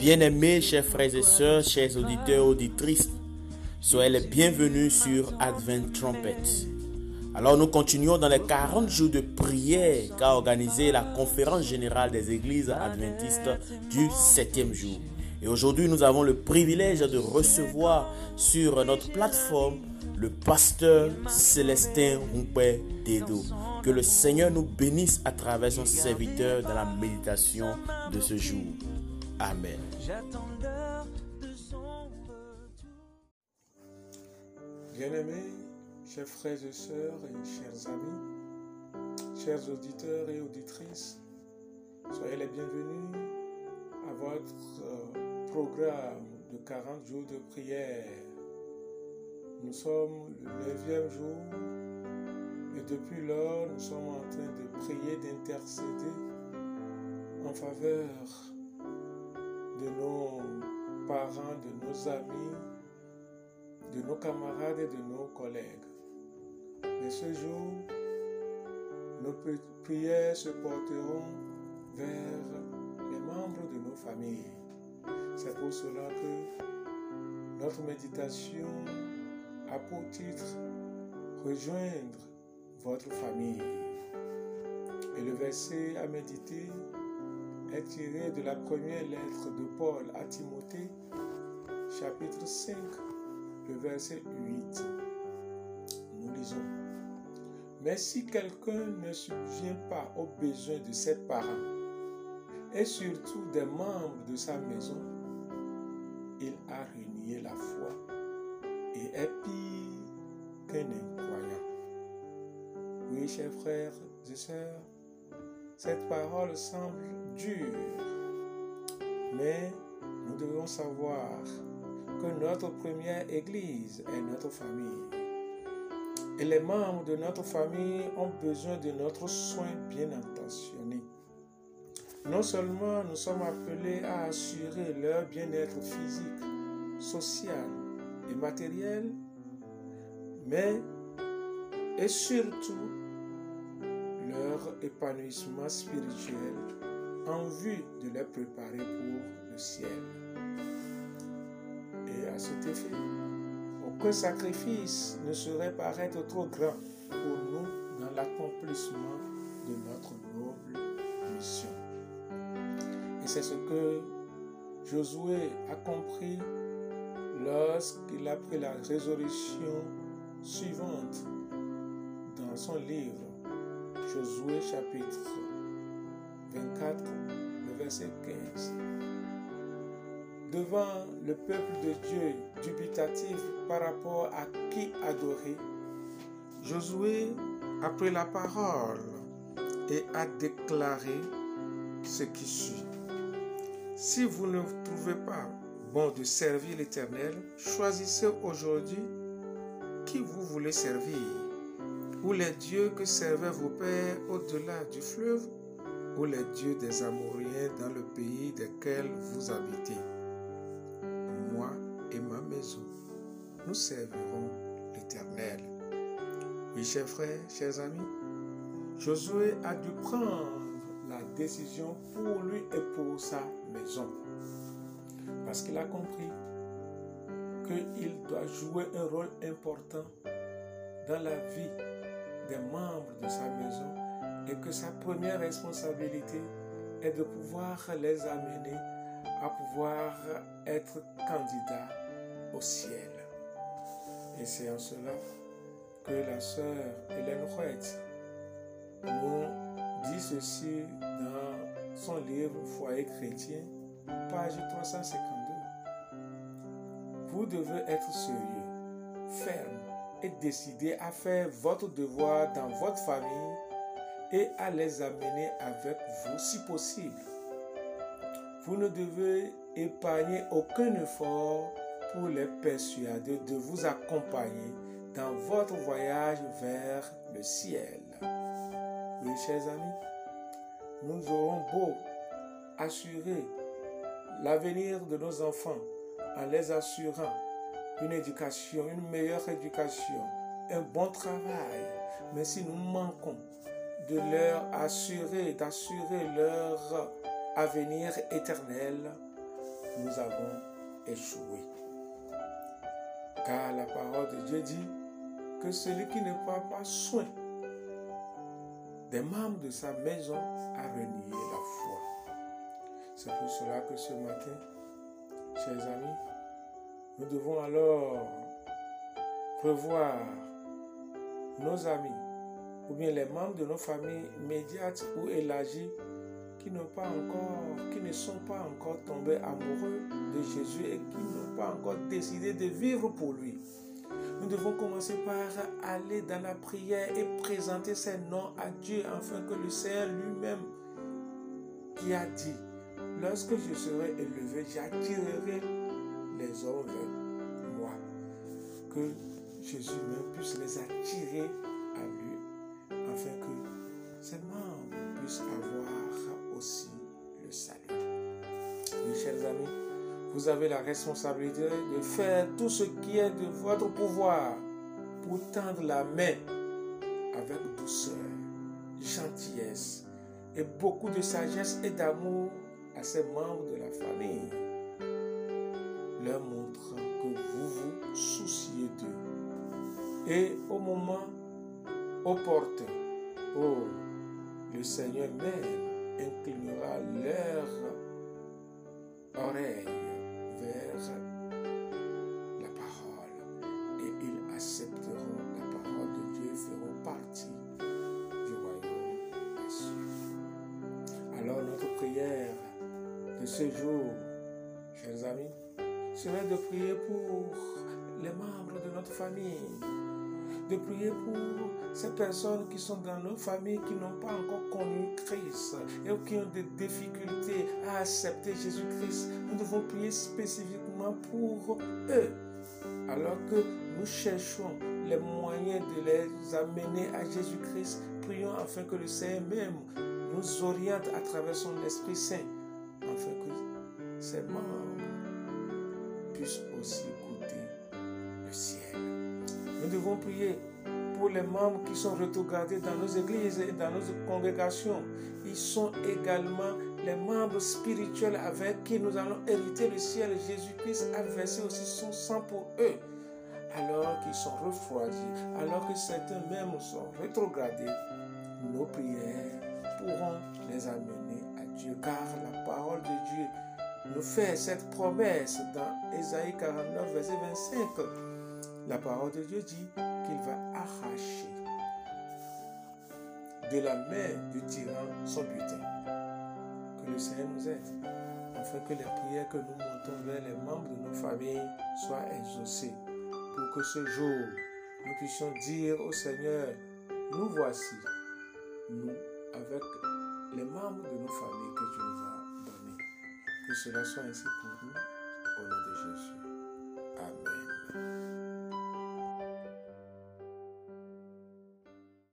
Bien-aimés, chers frères et sœurs, chers auditeurs, auditrices, soyez les bienvenus sur Advent Trumpet. Alors nous continuons dans les 40 jours de prière qu'a organisé la conférence générale des églises adventistes du 7e jour. Et aujourd'hui nous avons le privilège de recevoir sur notre plateforme le pasteur Célestin Rumpé Dedo. Que le Seigneur nous bénisse à travers son serviteur dans la méditation de ce jour. Amen. Bien-aimés, chers frères et sœurs et chers amis, chers auditeurs et auditrices, soyez les bienvenus à votre programme de 40 jours de prière. Nous sommes le 9e jour et depuis lors, nous sommes en train de prier, d'intercéder en faveur de nos parents, de nos amis, de nos camarades et de nos collègues. Mais ce jour, nos prières se porteront vers les membres de nos familles. C'est pour cela que notre méditation a pour titre « Rejoindre votre famille ». Et le verset à méditer est tiré de la première lettre de Paul à Timothée, chapitre 5, le verset 8. Nous lisons. Mais si quelqu'un ne subvient pas aux besoins de ses parents, et surtout des membres de sa maison, il a renié la foi et est pire qu'un incroyant. Oui, chers frères et sœurs, cette parole semble dure, mais nous devons savoir que notre première église est notre famille. Et les membres de notre famille ont besoin de notre soin bien intentionné. Non seulement nous sommes appelés à assurer leur bien-être physique, social et matériel, mais et surtout leur épanouissement spirituel en vue de les préparer pour le ciel. Et à cet effet, aucun sacrifice ne saurait paraître trop grand pour nous dans l'accomplissement de notre noble mission. Et c'est ce que Josué a compris lorsqu'il a pris la résolution suivante dans son livre, Josué chapitre 24, le verset 15. Devant le peuple de Dieu dubitatif par rapport à qui adorer, Josué a pris la parole et a déclaré ce qui suit. Si vous ne trouvez pas bon de servir l'Éternel, choisissez aujourd'hui qui vous voulez servir, ou les dieux que servaient vos pères au-delà du fleuve, ou les dieux des Amoréens dans le pays desquels vous habitez. Moi et ma maison, nous servirons l'Éternel. Oui, chers frères, chers amis, Josué a dû prendre la décision pour lui et pour sa maison. Parce qu'il a compris qu'il doit jouer un rôle important dans la vie des membres de sa maison et que sa première responsabilité est de pouvoir les amener à pouvoir être candidats au ciel. Et c'est en cela que la sœur Hélène White nous dit ceci dans son livre Foyer chrétien, page 352. Vous devez être sérieux, ferme et décidé à faire votre devoir dans votre famille et à les amener avec vous si possible. Vous ne devez épargner aucun effort pour les persuader de vous accompagner dans votre voyage vers le ciel. Oui, chers amis, nous aurons beau assurer l'avenir de nos enfants en les assurant une éducation, une meilleure éducation, un bon travail, mais si nous manquons de d'assurer leur avenir éternel, nous avons échoué. Car la parole de Dieu dit que celui qui ne prend pas soin des membres de sa maison a renié la foi. C'est pour cela que ce matin, chers amis, nous devons alors revoir nos amis ou bien les membres de nos familles immédiates ou élargies qui ne sont pas encore tombés amoureux de Jésus et qui n'ont pas encore décidé de vivre pour lui. Nous devons commencer par aller dans la prière et présenter ces noms à Dieu afin que le Seigneur lui-même qui a dit, lorsque je serai élevé, j'attirerai les hommes vers moi. Que Jésus même puisse les attirer à lui afin que ses membres puissent avoir aussi le salut. Oui, chers amis, vous avez la responsabilité de faire tout ce qui est de votre pouvoir pour tendre la main avec douceur, gentillesse et beaucoup de sagesse et d'amour à ces membres de la famille, leur montrant que vous vous souciez d'eux. Et au moment opportun, le Seigneur même inclinera leur oreille vers la parole et ils accepteront la parole de Dieu et feront partie du royaume des cieux. Alors notre prière de ce jour, chers amis, serait de prier pour les membres de notre famille, de prier pour ces personnes qui sont dans nos familles qui n'ont pas encore connu Christ et qui ont des difficultés à accepter Jésus-Christ. Nous devons prier spécifiquement pour eux. Alors que nous cherchons les moyens de les amener à Jésus-Christ, prions afin que le Seigneur même nous oriente à travers son Esprit Saint, afin que ses membres puissent aussi goûter le ciel. Nous devons prier pour les membres qui sont rétrogradés dans nos églises et dans nos congrégations. Ils sont également les membres spirituels avec qui nous allons hériter le ciel. Jésus-Christ a versé aussi son sang pour eux. Alors qu'ils sont refroidis, alors que certains même sont rétrogradés, nos prières pourront les amener à Dieu. Car la parole de Dieu nous fait cette promesse dans Ésaïe 49, verset 25. La parole de Dieu dit qu'il va arracher de la main du tyran son butin. Que le Seigneur nous aide, afin que les prières que nous montons vers les membres de nos familles soient exaucées, pour que ce jour, nous puissions dire au Seigneur, nous voici, nous, avec les membres de nos familles que tu nous as donnés. Que cela soit ainsi pour nous, au nom de Jésus.